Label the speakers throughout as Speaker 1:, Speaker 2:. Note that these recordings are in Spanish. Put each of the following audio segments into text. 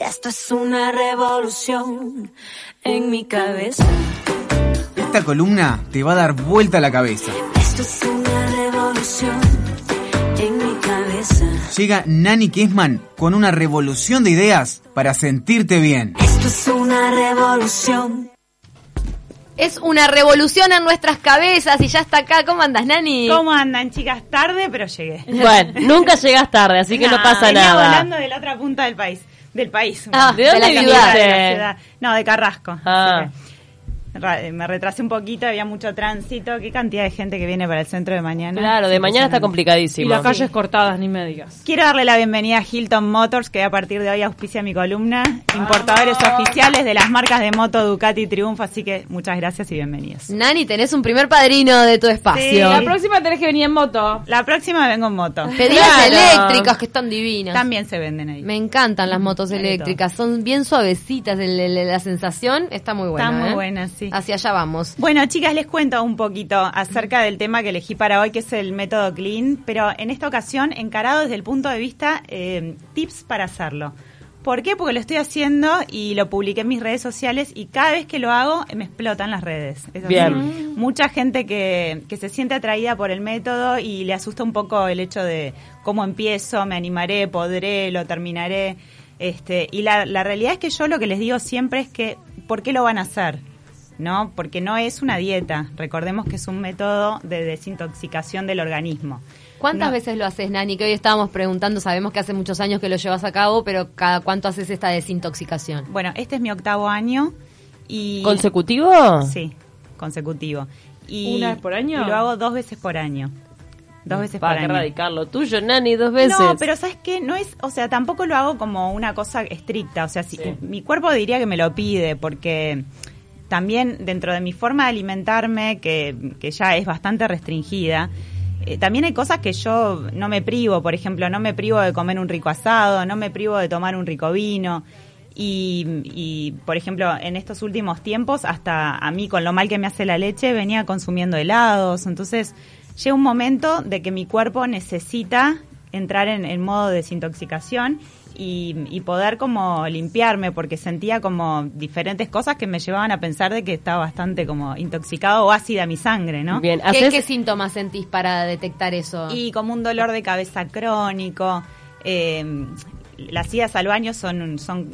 Speaker 1: Esto es una revolución en mi cabeza.
Speaker 2: Esta columna te va a dar vuelta la cabeza.
Speaker 1: Esto es una revolución en mi cabeza.
Speaker 2: Llega Nani Kessman con una revolución de ideas para sentirte bien.
Speaker 1: Esto es una revolución.
Speaker 3: Es una revolución en nuestras cabezas y ya está acá. ¿Cómo andas, Nani?
Speaker 4: ¿Cómo andan, chicas? Tarde, pero llegué.
Speaker 5: Bueno, nunca llegas tarde, así que no pasa
Speaker 4: venía
Speaker 5: nada.
Speaker 4: volando de la otra punta del país. Del país.
Speaker 3: Ah,
Speaker 5: ¿de dónde
Speaker 3: la
Speaker 5: vivís?
Speaker 3: ciudad.
Speaker 4: De la ciudad. No, de Carrasco.
Speaker 5: Ah.
Speaker 4: Así que me retrasé un poquito, había mucho tránsito. Qué cantidad de gente que viene para el centro de mañana.
Speaker 5: Claro, de mañana está complicadísimo.
Speaker 6: Y las calles cortadas, ni me digas.
Speaker 4: Quiero darle la bienvenida a Hilton Motors, que a partir de hoy auspicia mi columna. Importadores oficiales de las marcas de moto Ducati y Triumph, así que muchas gracias y bienvenidos.
Speaker 3: Nani, tenés un primer padrino de tu espacio.
Speaker 4: Sí.
Speaker 6: La próxima tenés que venir en moto.
Speaker 4: La próxima vengo en moto.
Speaker 3: Pedidas
Speaker 5: Claro.
Speaker 3: eléctricas que están divinas.
Speaker 4: También se venden ahí.
Speaker 3: Me encantan las motos
Speaker 4: Hay de
Speaker 3: eléctricas, son bien suavecitas, la sensación está muy buena.
Speaker 4: Está muy buena, sí.
Speaker 3: Hacia allá vamos.
Speaker 4: Bueno, chicas, les cuento un poquito acerca del tema que elegí para hoy, que es el método Clean, pero en esta ocasión encarado desde el punto de vista tips para hacerlo. ¿Por qué? Porque lo estoy haciendo y lo publiqué en mis redes sociales y cada vez que lo hago me explotan las redes. Es así.
Speaker 5: Bien.
Speaker 4: Mucha gente que se siente atraída por el método y le asusta un poco el hecho de cómo empiezo, me animaré, podré, lo terminaré. Y la realidad es que yo lo que les digo siempre es que ¿por qué lo van a hacer? ¿No? Porque no es una dieta. Recordemos que es un método de desintoxicación del organismo.
Speaker 3: ¿Cuántas
Speaker 4: No.
Speaker 3: veces lo haces, Nani? Que hoy estábamos preguntando, sabemos que hace muchos años que lo llevas a cabo, pero ¿cada cuánto haces esta desintoxicación?
Speaker 4: Bueno, este es mi 8º año y...
Speaker 5: ¿Consecutivo?
Speaker 4: Sí, consecutivo. Y,
Speaker 6: ¿Una vez por año?
Speaker 4: Y lo hago 2 veces por año. 2 veces por
Speaker 5: Para que
Speaker 4: año.
Speaker 5: radical lo tuyo, Nani, 2 veces.
Speaker 4: No, pero ¿sabes qué? No es, o sea, tampoco lo hago como una cosa estricta. O sea, si,
Speaker 5: Sí.
Speaker 4: mi cuerpo diría que me lo pide, porque también dentro de mi forma de alimentarme, que ya es bastante restringida, también hay cosas que yo no me privo. Por ejemplo, no me privo de comer un rico asado, no me privo de tomar un rico vino. Y, por ejemplo, en estos últimos tiempos, hasta a mí, con lo mal que me hace la leche, venía consumiendo helados. Entonces, llega un momento de que mi cuerpo necesita entrar en modo de desintoxicación y poder como limpiarme, porque sentía como diferentes cosas que me llevaban a pensar de que estaba bastante como intoxicado o ácida mi sangre, ¿no?
Speaker 5: Bien,
Speaker 3: ¿Qué síntomas sentís para detectar eso?
Speaker 4: Y como un dolor de cabeza crónico. Las idas al baño son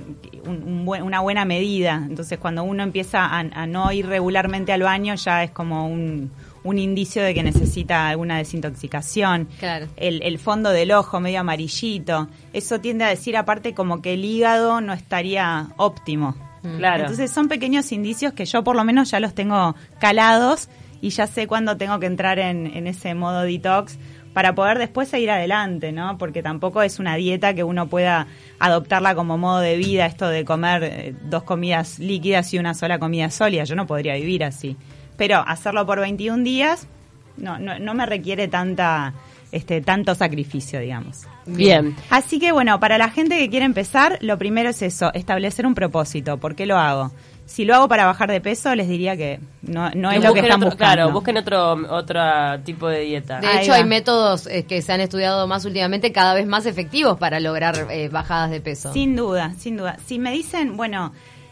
Speaker 4: una buena medida. Entonces, cuando uno empieza a no ir regularmente al baño, ya es como un indicio de que necesita alguna desintoxicación.
Speaker 3: Claro.
Speaker 4: El fondo del ojo medio amarillito. Eso tiende a decir, aparte, como que el hígado no estaría óptimo.
Speaker 5: Claro.
Speaker 4: Entonces, son pequeños indicios que yo, por lo menos, ya los tengo calados y ya sé cuándo tengo que entrar en ese modo detox para poder después seguir adelante, ¿no? Porque tampoco es una dieta que uno pueda adoptarla como modo de vida, esto de comer 2 comidas líquidas y una sola comida sólida. Yo no podría vivir así. Pero hacerlo por 21 días no me requiere tanto sacrificio, digamos.
Speaker 5: Bien.
Speaker 4: Así que, bueno, para la gente que quiere empezar, lo primero es eso, establecer un propósito. ¿Por qué lo hago? Si lo hago para bajar de peso, les diría que no es lo que están buscando.
Speaker 5: Claro, busquen otro tipo de dieta.
Speaker 3: De
Speaker 4: Ahí
Speaker 3: hecho,
Speaker 4: va.
Speaker 3: hay métodos que se han estudiado más últimamente, cada vez más efectivos para lograr bajadas de peso.
Speaker 4: Sin duda, sin duda. Si me dicen, bueno,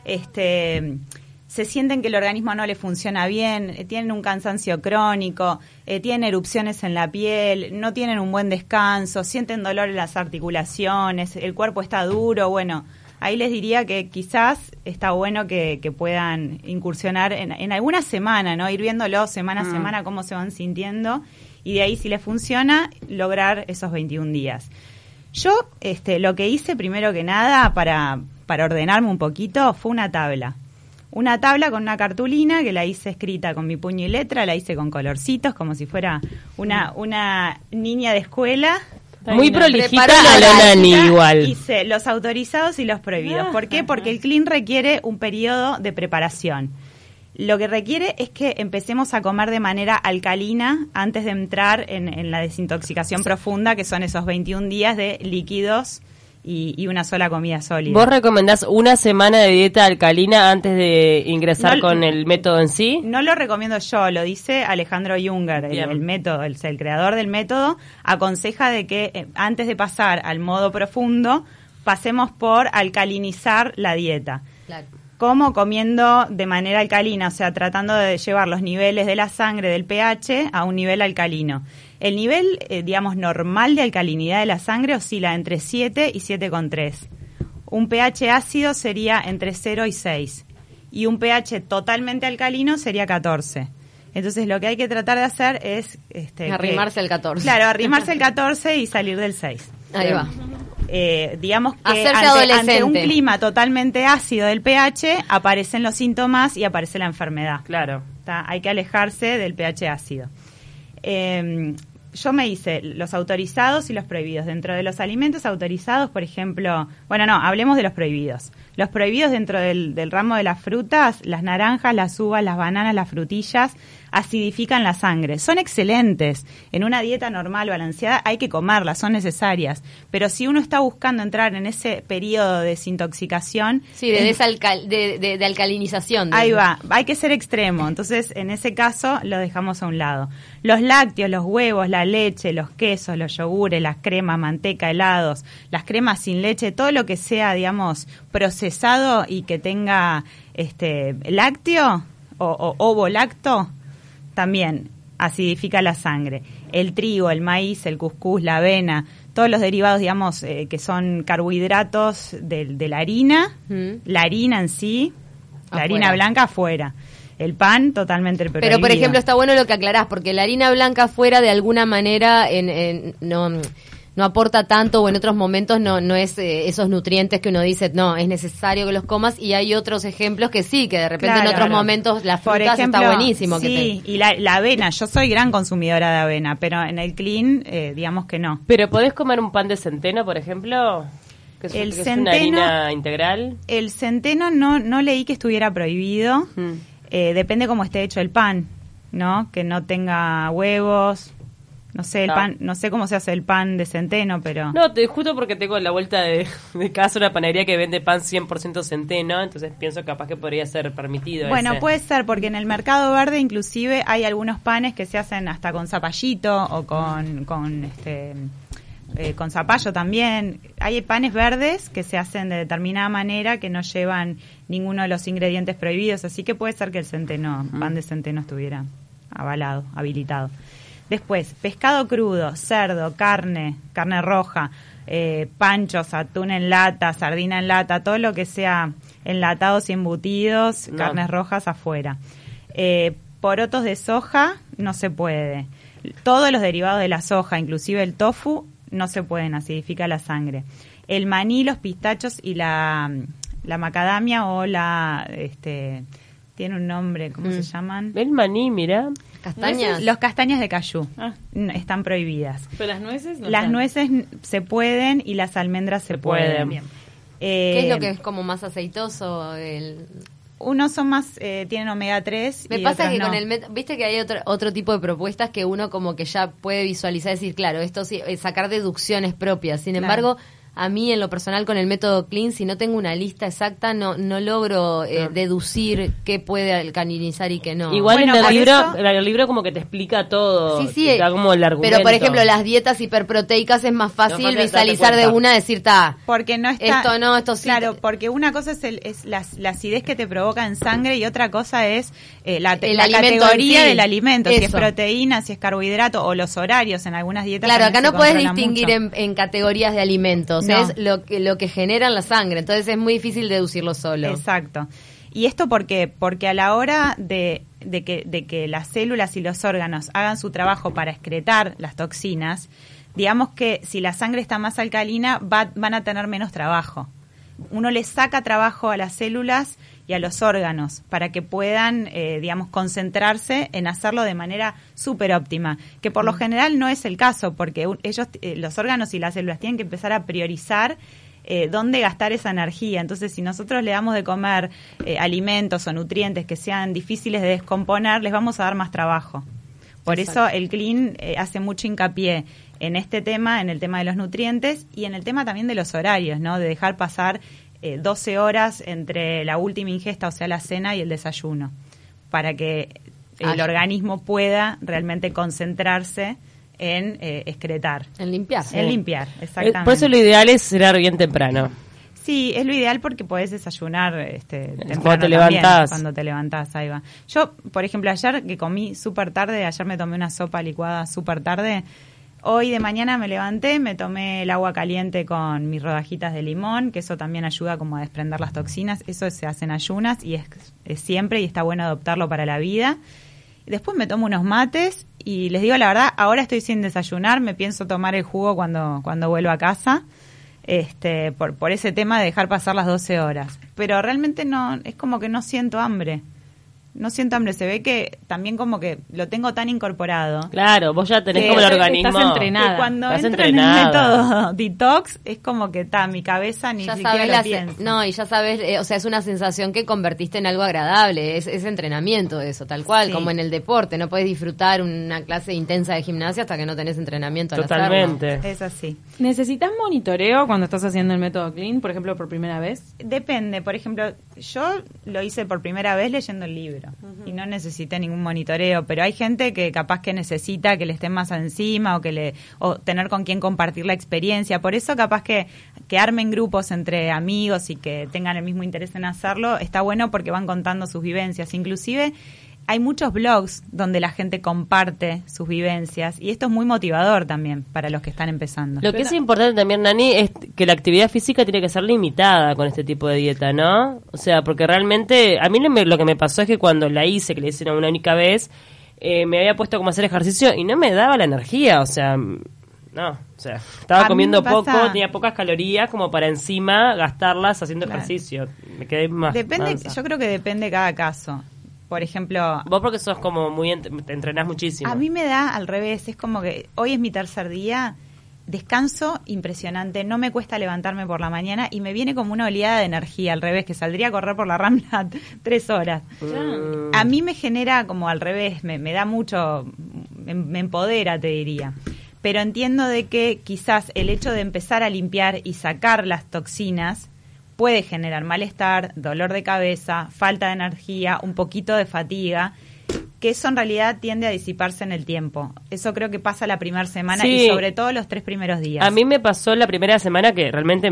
Speaker 4: se sienten que el organismo no le funciona bien, tienen un cansancio crónico, tienen erupciones en la piel, no tienen un buen descanso, sienten dolor en las articulaciones, el cuerpo está duro, bueno, ahí les diría que quizás está bueno que puedan incursionar en alguna semana, ¿no? Ir viéndolo semana a semana cómo se van sintiendo y de ahí, si les funciona, lograr esos 21 días. Yo lo que hice primero que nada para ordenarme un poquito fue una tabla. Una tabla con una cartulina que la hice escrita con mi puño y letra, la hice con colorcitos, como si fuera una niña de escuela.
Speaker 5: Muy prolijita
Speaker 3: Preparó
Speaker 5: a
Speaker 3: la
Speaker 5: la Nani igual.
Speaker 4: Hice los autorizados y los prohibidos. ¿Por qué? Porque el clean requiere un periodo de preparación. Lo que requiere es que empecemos a comer de manera alcalina antes de entrar en la desintoxicación profunda, que son esos 21 días de líquidos y una sola comida sólida.
Speaker 5: ¿Vos recomendás una semana de dieta alcalina antes de ingresar con el método en sí?
Speaker 4: No lo recomiendo yo, lo dice Alejandro Junger, el método, el creador del método, aconseja de que antes de pasar al modo profundo pasemos por alcalinizar la dieta.
Speaker 3: Claro.
Speaker 4: ¿Cómo? Comiendo de manera alcalina, o sea, tratando de llevar los niveles de la sangre, del pH, a un nivel alcalino. El nivel, digamos, normal de alcalinidad de la sangre oscila entre 7 y 7,3. Un pH ácido sería entre 0 y 6. Y un pH totalmente alcalino sería 14. Entonces, lo que hay que tratar de hacer es...
Speaker 3: arrimarse al 14.
Speaker 4: Claro, arrimarse al 14 y salir del 6.
Speaker 3: Ahí va.
Speaker 4: Digamos que
Speaker 3: Hacerse
Speaker 4: ante un
Speaker 3: adolescente.
Speaker 4: clima totalmente ácido del pH, aparecen los síntomas y aparece la enfermedad.
Speaker 5: Claro.
Speaker 4: ¿Tá? Hay que alejarse del pH ácido. Yo me hice los autorizados y los prohibidos. Dentro de los alimentos autorizados, por ejemplo... Bueno, no, hablemos de los prohibidos. Los prohibidos dentro del ramo de las frutas, las naranjas, las uvas, las bananas, las frutillas, acidifican la sangre. Son excelentes. En una dieta normal, balanceada, hay que comerlas, son necesarias. Pero si uno está buscando entrar en ese periodo de desintoxicación...
Speaker 3: Sí, de alcalinización.
Speaker 4: Ahí va, hay que ser extremo. Entonces, en ese caso, lo dejamos a un lado. Los lácteos, los huevos, la leche, los quesos, los yogures, las cremas, manteca, helados, las cremas sin leche, todo lo que sea, digamos, procesado y que tenga lácteo o ovolacto, también acidifica la sangre. El trigo, el maíz, el cuscús, la avena, todos los derivados, digamos, que son carbohidratos de la harina, la harina en sí, la harina blanca afuera. El pan totalmente prohibido.
Speaker 3: Pero, por ejemplo, está bueno lo que aclarás, porque la harina blanca afuera de alguna manera no aporta tanto, o en otros momentos no es esos nutrientes que uno dice, no, es necesario que los comas, y hay otros ejemplos que sí, que de repente en otros momentos las
Speaker 4: por
Speaker 3: frutas
Speaker 4: ejemplo,
Speaker 3: está buenísimo.
Speaker 4: Sí, y la avena, yo soy gran consumidora de avena, pero en el clean, digamos que no.
Speaker 5: ¿Pero podés comer un pan de centeno, por ejemplo? Que es una harina integral.
Speaker 4: El centeno no leí que estuviera prohibido. Depende cómo esté hecho el pan, ¿no? Que no tenga huevos. No sé, pan, no sé cómo se hace el pan de centeno, pero...
Speaker 5: No, justo porque tengo la vuelta de casa una panadería que vende pan 100% centeno, entonces pienso capaz que podría ser permitido.
Speaker 4: Bueno,
Speaker 5: ese.
Speaker 4: puede ser, porque en el mercado verde inclusive hay algunos panes que se hacen hasta con zapallito o con zapallo también. Hay panes verdes que se hacen de determinada manera que no llevan ninguno de los ingredientes prohibidos, así que puede ser que el centeno, pan de centeno estuviera avalado, habilitado. Después, pescado crudo, cerdo, carne roja, panchos, atún en lata, sardina en lata, todo lo que sea enlatados y embutidos, carnes rojas afuera. Porotos de soja, no se puede. Todos los derivados de la soja, inclusive el tofu, no se pueden, acidifica la sangre. El maní, los pistachos y la macadamia o tiene un nombre, ¿cómo se llaman?
Speaker 5: El maní, mira.
Speaker 3: Castañas.
Speaker 4: Los castañas de cayú están prohibidas.
Speaker 6: ¿Pero las nueces? No
Speaker 4: las
Speaker 6: están.
Speaker 4: nueces se pueden y las almendras se pueden.
Speaker 6: Bien.
Speaker 3: ¿Qué es lo que es como más aceitoso?
Speaker 4: Unos son más, tienen omega 3
Speaker 3: Me
Speaker 4: y
Speaker 3: pasa
Speaker 4: otros
Speaker 3: que
Speaker 4: no.
Speaker 3: con el viste que hay otro tipo de propuestas que uno como que ya puede visualizar, decir, claro, esto sí, sacar deducciones propias. Sin
Speaker 4: Claro.
Speaker 3: embargo, a mí en lo personal con el método Clean, si no tengo una lista exacta, no logro deducir qué puede alcalinizar y qué no.
Speaker 5: Igual
Speaker 4: Bueno,
Speaker 5: en
Speaker 4: por
Speaker 5: el libro,
Speaker 4: eso-
Speaker 5: en el libro como que te explica todo.
Speaker 3: Sí, sí,
Speaker 5: te da como el argumento.
Speaker 3: pero por ejemplo las dietas hiperproteicas es más fácil
Speaker 5: No, fácil
Speaker 3: visualizar
Speaker 5: darte
Speaker 3: de
Speaker 5: cuenta.
Speaker 3: una, decir,
Speaker 4: Porque no está...
Speaker 3: esto no, esto sí.
Speaker 4: Claro, porque una cosa es la acidez que te provoca en sangre y otra cosa es la
Speaker 3: El alimento
Speaker 4: categoría
Speaker 3: en sí.
Speaker 4: del alimento, si es
Speaker 3: Eso.
Speaker 4: proteína, si es carbohidrato o los horarios en algunas dietas.
Speaker 3: Claro, acá
Speaker 4: también
Speaker 3: no
Speaker 4: se
Speaker 3: puedes
Speaker 4: controla
Speaker 3: distinguir
Speaker 4: mucho.
Speaker 3: en categorías de alimentos,
Speaker 4: No.
Speaker 3: es lo que genera en la sangre, entonces es muy difícil deducirlo solo.
Speaker 4: Exacto. ¿Y esto por qué? Porque a la hora de que las células y los órganos hagan su trabajo para excretar las toxinas, digamos que si la sangre está más alcalina, van a tener menos trabajo. Uno le saca trabajo a las células y a los órganos para que puedan, concentrarse en hacerlo de manera súper óptima, que por lo general no es el caso, porque ellos, los órganos y las células tienen que empezar a priorizar dónde gastar esa energía. Entonces, si nosotros le damos de comer alimentos o nutrientes que sean difíciles de descomponer, les vamos a dar más trabajo. Por eso el Clean hace mucho hincapié en este tema, en el tema de los nutrientes y en el tema también de los horarios, ¿no? De dejar pasar 12 horas entre la última ingesta, o sea, la cena y el desayuno, para que el organismo pueda realmente concentrarse en excretar.
Speaker 3: En limpiar.
Speaker 4: En limpiar, exactamente.
Speaker 5: Por eso lo ideal es cenar bien temprano.
Speaker 4: Sí, es lo ideal porque podés desayunar temprano
Speaker 5: cuando te
Speaker 4: también,
Speaker 5: levantás.
Speaker 4: cuando te levantás, ahí va. Yo, por ejemplo, ayer que comí súper tarde, ayer me tomé una sopa licuada súper tarde. Hoy de mañana me levanté, me tomé el agua caliente con mis rodajitas de limón, que eso también ayuda como a desprender las toxinas. Eso se hace en ayunas y es siempre, y está bueno adoptarlo para la vida. Después me tomo unos mates y les digo la verdad, ahora estoy sin desayunar, me pienso tomar el jugo cuando vuelvo a casa. Por ese tema de dejar pasar las 12 horas. Pero realmente no, es como que no siento hambre. No siento hambre, se ve que también como que lo tengo tan incorporado.
Speaker 5: Claro, vos ya tenés
Speaker 4: Que
Speaker 5: como el
Speaker 4: estás
Speaker 5: organismo.
Speaker 6: entrenada.
Speaker 4: Que cuando
Speaker 5: Estás
Speaker 4: entro en el
Speaker 5: entrenada.
Speaker 4: método detox es como que mi cabeza ni
Speaker 3: Ya
Speaker 4: siquiera
Speaker 3: sabes
Speaker 4: lo piensa.
Speaker 3: no, y ya sabes, o sea, es una sensación que convertiste en algo agradable, es entrenamiento eso, tal cual,
Speaker 4: Sí.
Speaker 3: como en el deporte, no puedes disfrutar una clase intensa de gimnasia hasta que no tenés entrenamiento al hacerlo.
Speaker 5: Totalmente.
Speaker 4: Es así.
Speaker 6: ¿Necesitas monitoreo cuando estás haciendo el método Clean, por ejemplo, por primera vez?
Speaker 4: Depende, por ejemplo, yo lo hice por primera vez leyendo el libro y no necesité ningún monitoreo, pero hay gente que capaz que necesita que le estén más encima o tener con quien compartir la experiencia. Por eso capaz que armen grupos entre amigos y que tengan el mismo interés en hacerlo, está bueno porque van contando sus vivencias. Inclusive hay muchos blogs donde la gente comparte sus vivencias y esto es muy motivador también para los que están empezando.
Speaker 5: Lo que es importante también, Nani, es que la actividad física tiene que ser limitada con este tipo de dieta, ¿no? O sea, porque realmente, a mí lo que me pasó es que cuando la hice, que la hice una única vez, me había puesto como a hacer ejercicio y no me daba la energía, o sea, no, o sea, estaba
Speaker 4: A mí
Speaker 5: comiendo
Speaker 4: me pasa-
Speaker 5: poco, tenía pocas calorías como para encima gastarlas haciendo
Speaker 4: Claro.
Speaker 5: ejercicio. Me quedé más
Speaker 4: Depende,
Speaker 5: mansa.
Speaker 4: yo creo que depende cada caso. Por ejemplo,
Speaker 5: Vos porque sos como muy, te entrenás muchísimo.
Speaker 4: a mí me da al revés, es como que hoy es mi tercer día, descanso impresionante, no me cuesta levantarme por la mañana y me viene como una oleada de energía, al revés, que saldría a correr por la Rambla 3 horas. A mí me genera como al revés, me da mucho, me empodera, te diría. Pero entiendo de que quizás el hecho de empezar a limpiar y sacar las toxinas puede generar malestar, dolor de cabeza, falta de energía, un poquito de fatiga, que eso en realidad tiende a disiparse en el tiempo. Eso creo que pasa la primera semana
Speaker 5: Sí.
Speaker 4: y sobre todo los 3 primeros días.
Speaker 5: A mí me pasó la primera semana que realmente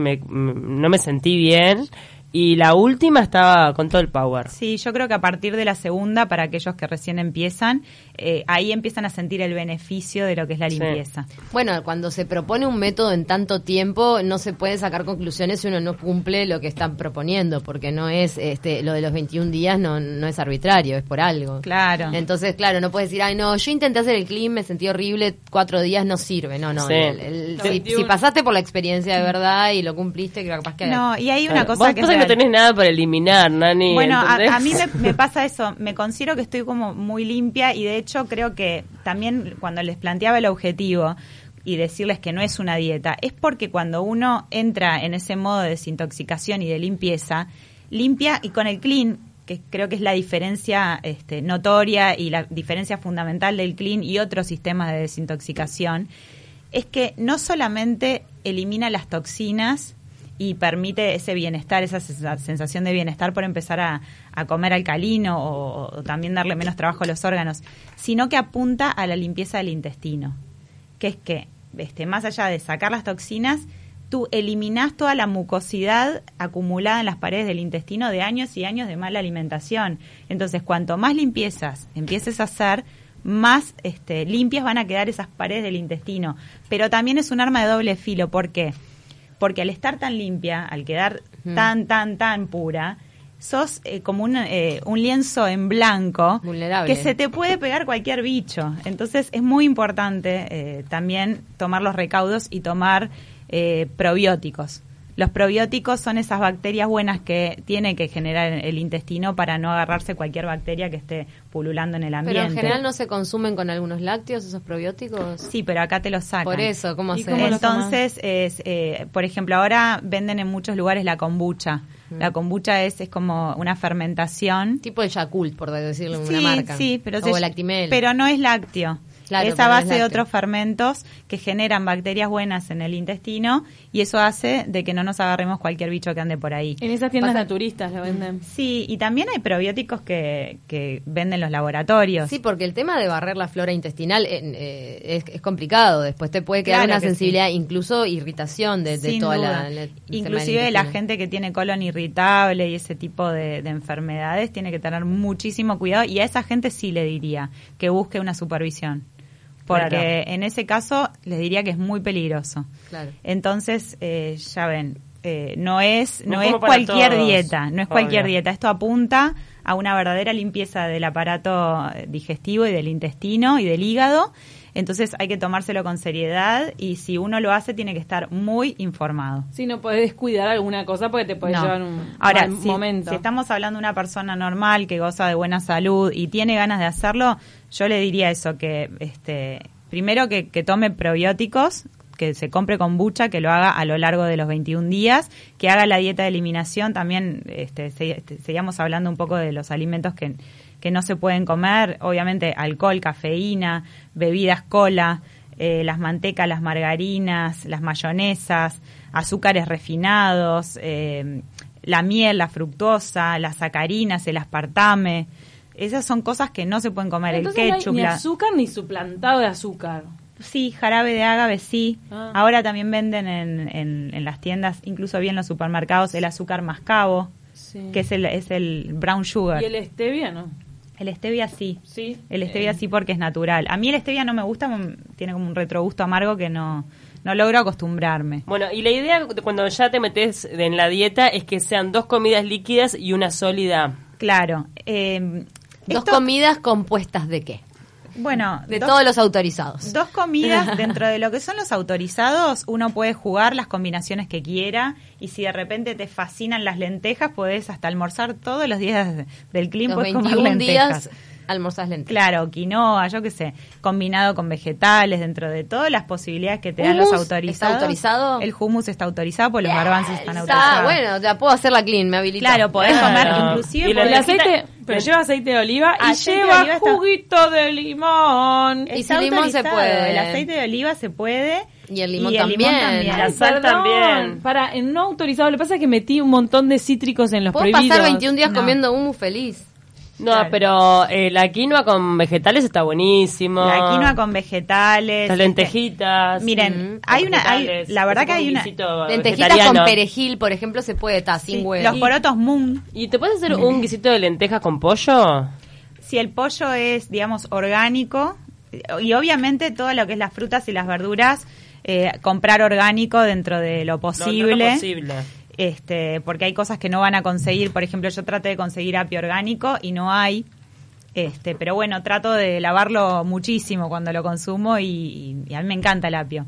Speaker 5: no me sentí bien y la última estaba con todo el power.
Speaker 4: Sí, yo creo que a partir de la segunda, para aquellos que recién empiezan, ahí empiezan a sentir el beneficio de lo que es la
Speaker 5: Sí.
Speaker 4: limpieza.
Speaker 3: Bueno, cuando se propone un método en tanto tiempo, no se puede sacar conclusiones si uno no cumple lo que están proponiendo, porque no es lo de los 21 días no es arbitrario, es por algo.
Speaker 4: Claro.
Speaker 3: Entonces, claro, no puedes decir, ay, no, yo intenté hacer el clean, me sentí horrible, 4 días no sirve. No,
Speaker 5: Sí.
Speaker 3: Si pasaste por la experiencia de verdad y lo cumpliste, que capaz que...
Speaker 4: No, y hay una
Speaker 5: Claro.
Speaker 4: cosa
Speaker 5: Vos
Speaker 4: que es
Speaker 5: pasa que no
Speaker 4: real.
Speaker 5: tenés nada para eliminar, Nani.
Speaker 4: Bueno,
Speaker 5: ¿entendés?
Speaker 4: a mí me pasa eso, me considero que estoy como muy limpia y de hecho creo que también cuando les planteaba el objetivo y decirles que no es una dieta, es porque cuando uno entra en ese modo de desintoxicación y de limpieza, limpia y con el clean, que creo que es la diferencia notoria y la diferencia fundamental del clean y otros sistemas de desintoxicación, es que no solamente elimina las toxinas y permite ese bienestar, esa sensación de bienestar por empezar a comer alcalino o también darle menos trabajo a los órganos, sino que apunta a la limpieza del intestino, que es que más allá de sacar las toxinas, tú eliminás toda la mucosidad acumulada en las paredes del intestino de años y años de mala alimentación. Entonces, cuanto más limpiezas empieces a hacer, más limpias van a quedar esas paredes del intestino. Pero también es un arma de doble filo. ¿Por qué? Porque al estar tan limpia, al quedar tan pura, sos como un lienzo en blanco
Speaker 3: Vulnerable.
Speaker 4: que se te puede pegar cualquier bicho. Entonces es muy importante también tomar los recaudos y tomar probióticos. Los probióticos son esas bacterias buenas que tiene que generar el intestino para no agarrarse cualquier bacteria que esté pululando en el ambiente.
Speaker 3: Pero en general no se consumen con algunos lácteos esos probióticos.
Speaker 4: Sí, pero acá te los sacan.
Speaker 3: Por eso, ¿cómo
Speaker 6: ¿Y
Speaker 3: se
Speaker 6: cómo lo
Speaker 4: Entonces, por ejemplo, ahora venden en muchos lugares la kombucha. La kombucha es como una fermentación.
Speaker 3: tipo el Yakult, por decirle
Speaker 4: Sí,
Speaker 3: una marca.
Speaker 4: sí, pero,
Speaker 3: o el Actimel.
Speaker 4: pero no es lácteo.
Speaker 3: Claro,
Speaker 4: es a
Speaker 3: pero
Speaker 4: base
Speaker 3: es
Speaker 4: de
Speaker 3: lácteo.
Speaker 4: otros fermentos que generan bacterias buenas en el intestino y eso hace de que no nos agarremos cualquier bicho que ande por ahí.
Speaker 6: En esas tiendas
Speaker 3: Pasa-
Speaker 6: naturistas lo venden.
Speaker 4: Sí, y también hay probióticos que venden los laboratorios.
Speaker 3: Sí, porque el tema de barrer la flora intestinal es complicado. Después te puede quedar
Speaker 4: Claro
Speaker 3: una
Speaker 4: que
Speaker 3: sensibilidad, incluso irritación de
Speaker 4: Sin
Speaker 3: toda
Speaker 4: duda.
Speaker 3: la el tema del
Speaker 4: Inclusive la
Speaker 3: intestino.
Speaker 4: gente que tiene colon irritable y ese tipo de enfermedades tiene que tener muchísimo cuidado y a esa gente sí le diría que busque una supervisión. Porque en ese caso les diría que es muy peligroso.
Speaker 3: Claro.
Speaker 4: Entonces, ya ven, no es
Speaker 5: No como para
Speaker 4: cualquier
Speaker 5: todos,
Speaker 4: dieta, no es cualquier
Speaker 5: obvio.
Speaker 4: dieta. Esto apunta a una verdadera limpieza del aparato digestivo y del intestino y del hígado. Entonces hay que tomárselo con seriedad y si uno lo hace tiene que estar muy informado.
Speaker 6: Sí, no podés descuidar alguna cosa porque te puede
Speaker 4: No.
Speaker 6: llevar un
Speaker 4: Ahora,
Speaker 6: mal
Speaker 4: si,
Speaker 6: momento.
Speaker 4: si estamos hablando de una persona normal que goza de buena salud y tiene ganas de hacerlo, yo le diría eso, que primero que tome probióticos, que se compre kombucha, que lo haga a lo largo de los 21 días, que haga la dieta de eliminación, también seguíamos hablando un poco de los alimentos que no se pueden comer, obviamente alcohol, cafeína, bebidas cola, las mantecas, las margarinas, las mayonesas, azúcares refinados, la miel, la fructosa, las sacarinas, el aspartame. Esas son cosas que no se pueden comer.
Speaker 6: Entonces
Speaker 4: el
Speaker 6: no hay
Speaker 4: ketchup,
Speaker 6: ni azúcar ni suplantado de azúcar.
Speaker 4: Sí, jarabe de ágave, sí.
Speaker 6: Ah.
Speaker 4: Ahora también venden en las tiendas, incluso bien en los supermercados, el azúcar mascabo,
Speaker 6: Sí.
Speaker 4: que es el brown sugar.
Speaker 6: Y el stevia, ¿no?
Speaker 4: El stevia sí.
Speaker 6: Sí.
Speaker 4: El stevia sí porque es natural. A mí el stevia no me gusta, tiene como un retrogusto amargo que no logro acostumbrarme.
Speaker 5: Bueno, y la idea de cuando ya te metes en la dieta es que sean 2 comidas líquidas y una sólida.
Speaker 4: Claro.
Speaker 3: Dos comidas compuestas ¿de qué?
Speaker 4: Bueno,
Speaker 3: De todos los autorizados.
Speaker 4: 2 comidas dentro de lo que son los autorizados, uno puede jugar las combinaciones que quiera y si de repente te fascinan las lentejas, podés hasta almorzar todos los días del clean,
Speaker 3: Los
Speaker 4: podés comer
Speaker 3: 21
Speaker 4: lentejas.
Speaker 3: días almorzás lentejas.
Speaker 4: Claro, quinoa, yo qué sé, combinado con vegetales, dentro de todas las posibilidades que te dan los
Speaker 3: ¿Hummus
Speaker 4: autorizados.
Speaker 3: está autorizado?
Speaker 4: El hummus está autorizado, porque los garbanzos están autorizados.
Speaker 3: Bueno, ya puedo hacer la clean, me habilito.
Speaker 4: Claro, podés comer
Speaker 5: Claro.
Speaker 4: inclusive
Speaker 5: Y la
Speaker 6: El
Speaker 4: podés-
Speaker 6: aceite, pero lleva aceite de oliva y
Speaker 4: Aceite de
Speaker 6: lleva
Speaker 4: oliva está-
Speaker 6: juguito de limón.
Speaker 3: Y
Speaker 4: Está
Speaker 3: si limón se
Speaker 4: autorizado,
Speaker 3: puede.
Speaker 4: El aceite de oliva se puede.
Speaker 3: Y el limón también.
Speaker 5: La sal también.
Speaker 6: Para, en no autorizado, le pasa que metí un montón de cítricos en los
Speaker 3: Puedo
Speaker 6: prohibidos.
Speaker 3: pasar 21 días
Speaker 4: No.
Speaker 3: comiendo hummus feliz.
Speaker 5: No,
Speaker 4: Claro.
Speaker 5: pero la quinoa con vegetales está buenísimo.
Speaker 4: La quinoa con vegetales.
Speaker 5: Las lentejitas.
Speaker 4: Miren, hay una,
Speaker 5: vegetales,
Speaker 4: la verdad que
Speaker 5: tipo
Speaker 4: hay
Speaker 5: un
Speaker 4: una.
Speaker 5: guisito
Speaker 3: Lentejitas
Speaker 5: vegetariano.
Speaker 3: con perejil, por ejemplo, se puede estar sin
Speaker 4: Sí,
Speaker 3: huevo.
Speaker 4: los porotos moon.
Speaker 5: ¿Y te puedes hacer un guisito de lentejas con pollo?
Speaker 4: Si el pollo es, digamos, orgánico, y obviamente todo lo que es las frutas y las verduras, comprar orgánico dentro de lo posible.
Speaker 5: Lo posible.
Speaker 4: Porque hay cosas que no van a conseguir. Por ejemplo, yo traté de conseguir apio orgánico y no hay. Pero bueno, trato de lavarlo muchísimo cuando lo consumo y a mí me encanta el apio.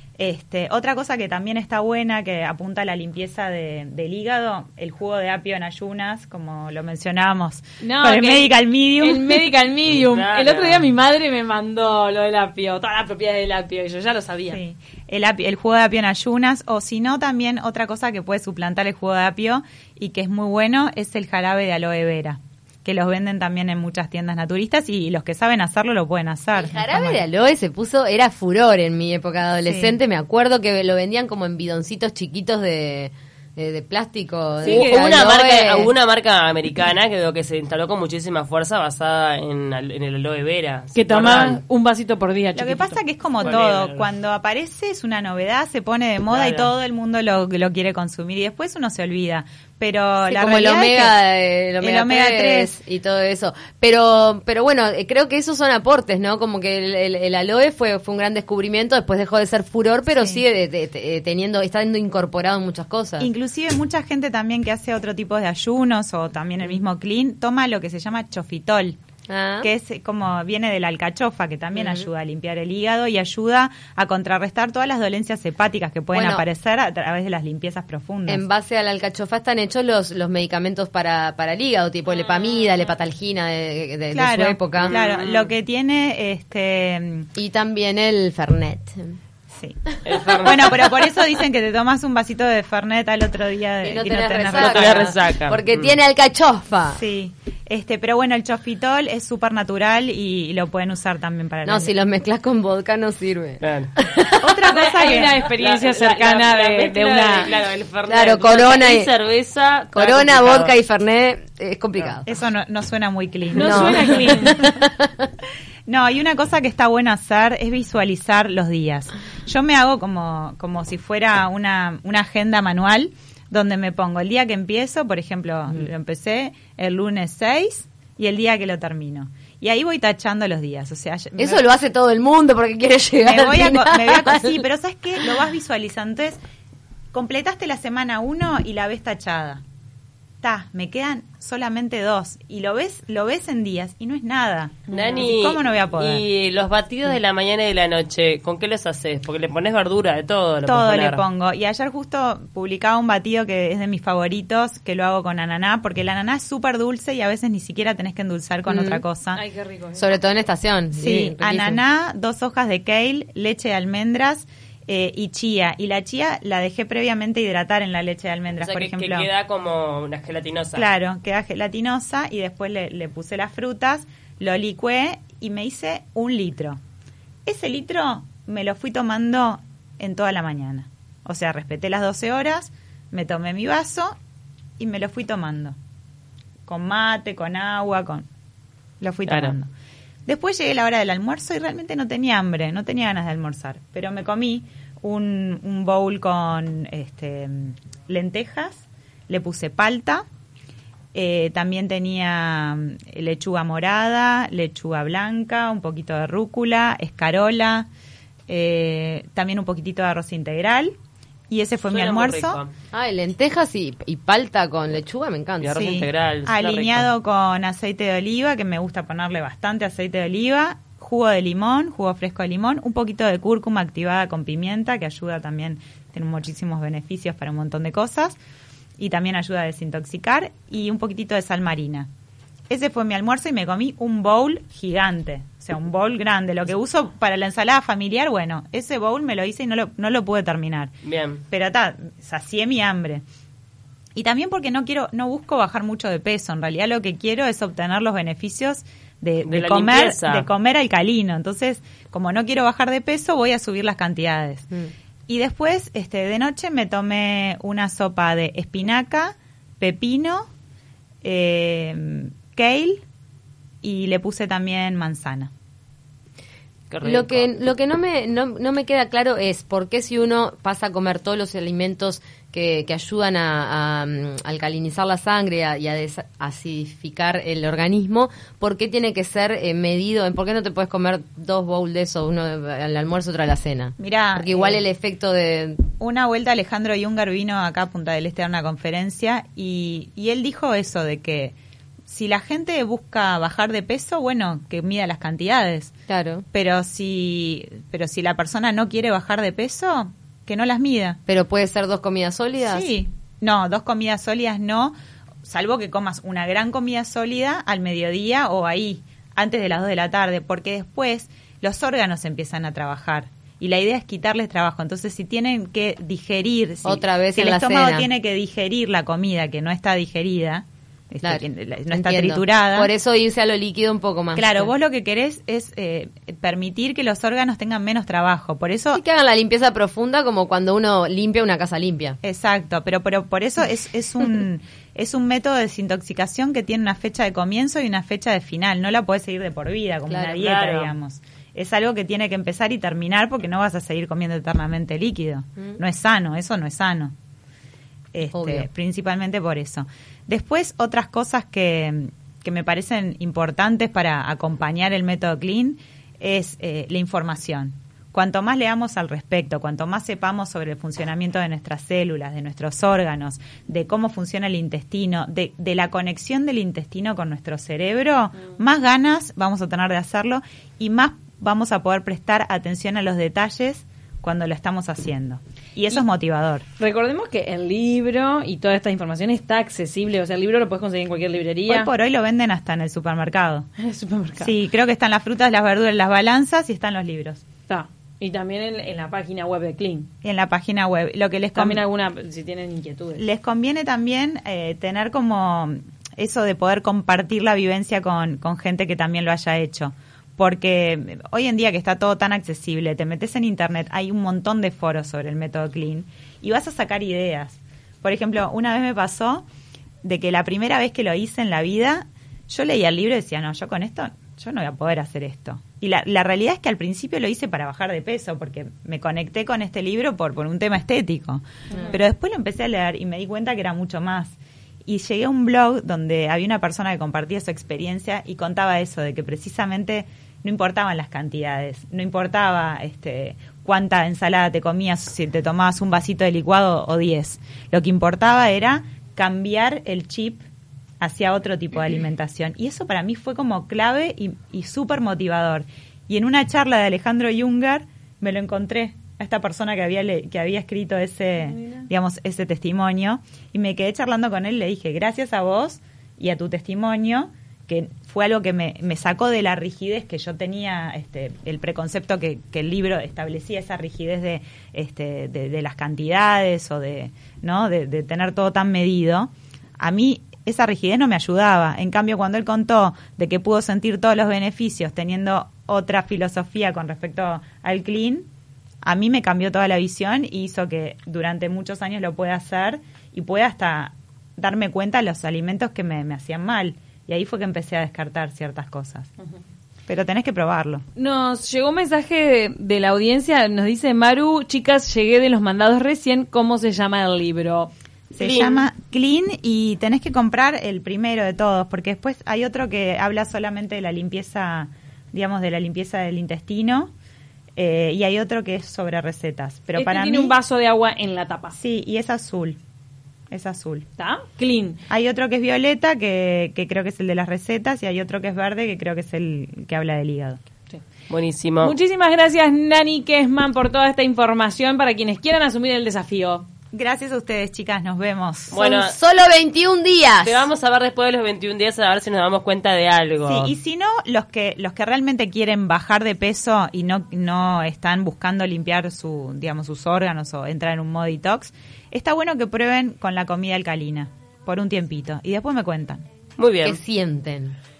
Speaker 4: Otra cosa que también está buena, que apunta a la limpieza del hígado, el jugo de apio en ayunas, como lo mencionábamos,
Speaker 6: No,
Speaker 4: con el
Speaker 6: que
Speaker 4: Medical Medium.
Speaker 6: El Medical Medium.
Speaker 5: Claro.
Speaker 6: El otro día mi madre me mandó lo del apio, todas las propiedades del apio, y yo ya lo sabía.
Speaker 4: Sí, el jugo de apio en ayunas, o si no, también otra cosa que puede suplantar el jugo de apio y que es muy bueno es el jarabe de aloe vera, que los venden también en muchas tiendas naturistas y los que saben hacerlo lo pueden hacer.
Speaker 3: El jarabe de aloe era furor en mi época de adolescente.
Speaker 4: Sí.
Speaker 3: Me acuerdo que lo vendían como en bidoncitos chiquitos de plástico.
Speaker 6: Sí,
Speaker 3: de
Speaker 6: que
Speaker 5: Hubo
Speaker 3: aloe.
Speaker 5: una marca americana que se instaló con muchísima fuerza basada en el aloe vera. ¿se
Speaker 6: Que toma
Speaker 5: acuerdan?
Speaker 6: un vasito por día,
Speaker 4: Lo que
Speaker 6: chiquitito.
Speaker 4: pasa que es como
Speaker 5: Ponele.
Speaker 4: todo, cuando aparece es una novedad, se pone de moda y
Speaker 5: Claro.
Speaker 4: todo el mundo lo quiere consumir y después uno se olvida. Pero
Speaker 3: Sí,
Speaker 4: la
Speaker 3: como el
Speaker 4: realidad es que
Speaker 3: omega, el omega 3 y todo eso. Pero bueno, creo que esos son aportes, ¿no? Como que el aloe fue un gran descubrimiento, después dejó de ser furor, pero
Speaker 4: Sí.
Speaker 3: sigue estando incorporado en muchas cosas.
Speaker 4: inclusive mucha gente también que hace otro tipo de ayunos o también el mismo clean, toma lo que se llama chofitol.
Speaker 3: Ah.
Speaker 4: Que es como viene de la alcachofa, que también ayuda a limpiar el hígado y ayuda a contrarrestar todas las dolencias hepáticas que pueden
Speaker 3: Bueno,
Speaker 4: aparecer a través de las limpiezas profundas.
Speaker 3: En base a la alcachofa están hechos los medicamentos para el hígado, tipo el epamida, el hepatalgina de su época.
Speaker 4: Claro, lo que tiene
Speaker 3: Y también el Fernet.
Speaker 4: sí.
Speaker 5: El Fernet.
Speaker 4: Bueno, pero por eso dicen que te tomas un vasito de Fernet al otro día
Speaker 3: Y no
Speaker 4: y
Speaker 3: tenés
Speaker 4: tenés
Speaker 3: resaca.
Speaker 5: tenés resaca.
Speaker 3: Porque
Speaker 5: Mm.
Speaker 3: tiene alcachofa.
Speaker 4: Sí. Pero bueno, el chofitol es súper natural y lo pueden usar también para
Speaker 3: No, si los mezclas con vodka no sirve.
Speaker 5: Claro.
Speaker 4: Otra cosa
Speaker 6: Hay
Speaker 4: que...
Speaker 6: una experiencia cercana de una...
Speaker 5: Claro, el Fernet.
Speaker 3: Claro, Corona y
Speaker 5: cerveza.
Speaker 3: Corona,
Speaker 5: está complicado.
Speaker 3: vodka y Fernet es complicado.
Speaker 4: Eso no suena muy clean.
Speaker 6: No,
Speaker 3: No.
Speaker 6: suena clean.
Speaker 4: No, y una cosa que está bueno hacer es visualizar los días. Yo me hago como si fuera una agenda manual donde me pongo el día que empiezo, por ejemplo, lo empecé el lunes 6 y el día que lo termino. Y ahí voy tachando los días. O sea,
Speaker 3: Eso lo hace todo el mundo porque quiere llegar
Speaker 4: me
Speaker 3: al
Speaker 4: voy a,
Speaker 3: final.
Speaker 4: me voy a sí, pero ¿sabes qué? Lo vas visualizando. Entonces, completaste la semana 1 y la ves tachada. Me quedan solamente 2 y lo ves en días y no es nada.
Speaker 5: Nani,
Speaker 4: ¿Cómo no voy a poder?
Speaker 5: Y los batidos de la mañana y de la noche, ¿con qué los haces? Porque le pones verdura de todo.
Speaker 4: Todo
Speaker 5: puedes
Speaker 4: le
Speaker 5: poner.
Speaker 4: pongo. Y ayer justo publicaba un batido que es de mis favoritos, que lo hago con ananá, porque el ananá es súper dulce y a veces ni siquiera tenés que endulzar con otra cosa.
Speaker 6: Ay, qué rico.
Speaker 3: Sobre todo en estación.
Speaker 4: Sí,
Speaker 3: riquísimo.
Speaker 4: ananá, 2 hojas de kale, leche de almendras y chía. Y la chía la dejé previamente hidratar en la leche de
Speaker 5: O
Speaker 4: almendras,
Speaker 5: sea,
Speaker 4: por
Speaker 5: que
Speaker 4: ejemplo.
Speaker 5: queda como una gelatinosa.
Speaker 4: Claro, queda gelatinosa y después le puse las frutas, lo licué y me hice 1 litro. Ese litro me lo fui tomando en toda la mañana. O sea, respeté las 12 horas, me tomé mi vaso y me lo fui tomando. Con mate, con agua, lo fui
Speaker 5: Claro.
Speaker 4: tomando. Después llegué la hora del almuerzo y realmente no tenía hambre, no tenía ganas de almorzar. Pero me comí un bowl con lentejas, le puse palta, también tenía lechuga morada, lechuga blanca, un poquito de rúcula, escarola, también un poquitito de arroz integral. Y ese fue
Speaker 5: Suena
Speaker 4: mi
Speaker 5: muy
Speaker 4: almuerzo.
Speaker 5: rico.
Speaker 3: Ay, lentejas y palta con lechuga me
Speaker 5: Y
Speaker 3: encanta.
Speaker 5: arroz
Speaker 4: Sí,
Speaker 5: integral. suena
Speaker 4: alineado con aceite de oliva, que me gusta ponerle bastante aceite de oliva, jugo de limón, jugo fresco de limón, un poquito de cúrcuma activada con pimienta, que ayuda también, tiene muchísimos beneficios para un montón de cosas, y también ayuda a desintoxicar, y un poquitito de sal marina. Ese fue mi almuerzo y me comí un bowl gigante, o sea, un bowl grande. Lo que uso para la ensalada familiar, bueno, ese bowl me lo hice y no lo pude terminar.
Speaker 5: Bien.
Speaker 4: Pero sacié mi hambre. Y también porque no busco bajar mucho de peso. En realidad lo que quiero es obtener los beneficios de
Speaker 5: la
Speaker 4: comer,
Speaker 5: limpieza.
Speaker 4: de comer alcalino. Entonces, como no quiero bajar de peso, voy a subir las cantidades. Y después, de noche me tomé una sopa de espinaca, pepino, kale y le puse también manzana.
Speaker 5: Qué rico.
Speaker 3: Lo que no me queda claro es por qué si uno pasa a comer todos los alimentos que ayudan a alcalinizar la sangre y a acidificar el organismo, ¿por qué tiene que ser medido? ¿Por qué no te puedes comer 2 bowls de eso, uno al almuerzo, otro a la cena?
Speaker 4: Mirá,
Speaker 3: Porque igual el efecto de...
Speaker 4: Una vuelta Alejandro Junger vino acá a Punta del Este a una conferencia y él dijo eso de que si la gente busca bajar de peso, bueno, que mida las cantidades.
Speaker 3: Claro.
Speaker 4: Pero si la persona no quiere bajar de peso, que no las mida.
Speaker 3: ¿Pero puede ser 2 comidas sólidas?
Speaker 4: Sí. No, 2 comidas sólidas no, salvo que comas una gran comida sólida al mediodía o ahí, antes de las 2 de la tarde, porque después los órganos empiezan a trabajar. Y la idea es quitarles trabajo. Entonces, si tienen que digerir,
Speaker 3: Otra vez
Speaker 4: si
Speaker 3: en
Speaker 4: el
Speaker 3: la
Speaker 4: estómago
Speaker 3: cena.
Speaker 4: tiene que digerir la comida que no está digerida,
Speaker 3: Claro,
Speaker 4: que no está
Speaker 3: entiendo.
Speaker 4: triturada.
Speaker 3: Por eso irse a lo líquido un poco más.
Speaker 4: Claro, vos lo que querés es permitir que los órganos tengan menos trabajo. Por eso
Speaker 3: Sí, que hagan la limpieza profunda como cuando uno limpia una casa limpia.
Speaker 4: exacto, pero por eso es un método de desintoxicación que tiene una fecha de comienzo y una fecha de final. No la podés seguir de por vida, como
Speaker 3: Claro,
Speaker 4: una dieta,
Speaker 5: claro.
Speaker 4: digamos. Es algo que tiene que empezar y terminar porque no vas a seguir comiendo eternamente líquido. No es sano, eso no es sano.
Speaker 3: Obvio.
Speaker 4: Principalmente por eso. Después, otras cosas que me parecen importantes para acompañar el método Clean es la información. Cuanto más leamos al respecto, cuanto más sepamos sobre el funcionamiento de nuestras células, de nuestros órganos, de cómo funciona el intestino, de la conexión del intestino con nuestro cerebro, más ganas vamos a tener de hacerlo y más vamos a poder prestar atención a los detalles cuando lo estamos haciendo. Y eso es motivador.
Speaker 6: Recordemos que el libro y toda esta información está accesible. O sea, el libro lo puedes conseguir en cualquier librería.
Speaker 4: Hoy por hoy lo venden hasta en el supermercado.
Speaker 6: En el supermercado.
Speaker 4: Sí, creo que están las frutas, las verduras, las balanzas y están los libros.
Speaker 6: Está. Y también en la página web de Clean.
Speaker 4: Y en la página web. Lo que
Speaker 6: También alguna, si tienen inquietudes.
Speaker 4: les conviene también tener como eso de poder compartir la vivencia con gente que también lo haya hecho. Porque hoy en día que está todo tan accesible, te metes en internet, hay un montón de foros sobre el método Clean y vas a sacar ideas. Por ejemplo, una vez me pasó de que la primera vez que lo hice en la vida, yo leía el libro y decía, no, yo con esto, yo no voy a poder hacer esto. Y la realidad es que al principio lo hice para bajar de peso, porque me conecté con este libro por un tema estético. Pero después lo empecé a leer y me di cuenta que era mucho más. Y llegué a un blog donde había una persona que compartía su experiencia y contaba eso, de que precisamente no importaban las cantidades, no importaba cuánta ensalada te comías, si te tomabas un vasito de licuado o 10. Lo que importaba era cambiar el chip hacia otro tipo de alimentación. Y eso para mí fue como clave y súper motivador. Y en una charla de Alejandro Junger me lo encontré a esta persona que había escrito ese testimonio, y me quedé charlando con él y le dije, gracias a vos y a tu testimonio, que fue algo que me sacó de la rigidez que yo tenía, el preconcepto que el libro establecía, esa rigidez de las cantidades o de tener todo tan medido. A mí esa rigidez no me ayudaba. En cambio, cuando él contó de que pudo sentir todos los beneficios teniendo otra filosofía con respecto al clean, a mí me cambió toda la visión y hizo que durante muchos años lo pueda hacer y pueda hasta darme cuenta de los alimentos que me hacían mal. Y ahí fue que empecé a descartar ciertas cosas. Pero tenés que probarlo.
Speaker 6: Nos llegó un mensaje de la audiencia, nos dice Maru, chicas, llegué de los mandados recién, ¿cómo se llama el libro?
Speaker 4: Se llama Clean y tenés que comprar el primero de todos, porque después hay otro que habla solamente de la limpieza, digamos, de la limpieza del intestino, y hay otro que es sobre recetas. Pero para
Speaker 6: tiene
Speaker 4: mí
Speaker 6: un vaso de agua en la tapa.
Speaker 4: Sí, y es azul. Es azul.
Speaker 6: ¿Está? Clean.
Speaker 4: Hay otro que es violeta, que creo que es el de las recetas, y hay otro que es verde, que creo que es el que habla del hígado.
Speaker 6: Sí.
Speaker 5: Buenísimo.
Speaker 6: Muchísimas gracias, Nani Kessman, por toda esta información para quienes quieran asumir el desafío.
Speaker 4: Gracias a ustedes, chicas, nos vemos.
Speaker 5: Bueno,
Speaker 3: Son solo 21 días.
Speaker 5: Te vamos a ver después de los 21 días a ver si nos damos cuenta de algo.
Speaker 4: Sí, y si no, los que realmente quieren bajar de peso y no están buscando limpiar sus órganos o entrar en un modo detox, está bueno que prueben con la comida alcalina por un tiempito y después me cuentan.
Speaker 5: Muy bien.
Speaker 3: ¿Qué sienten?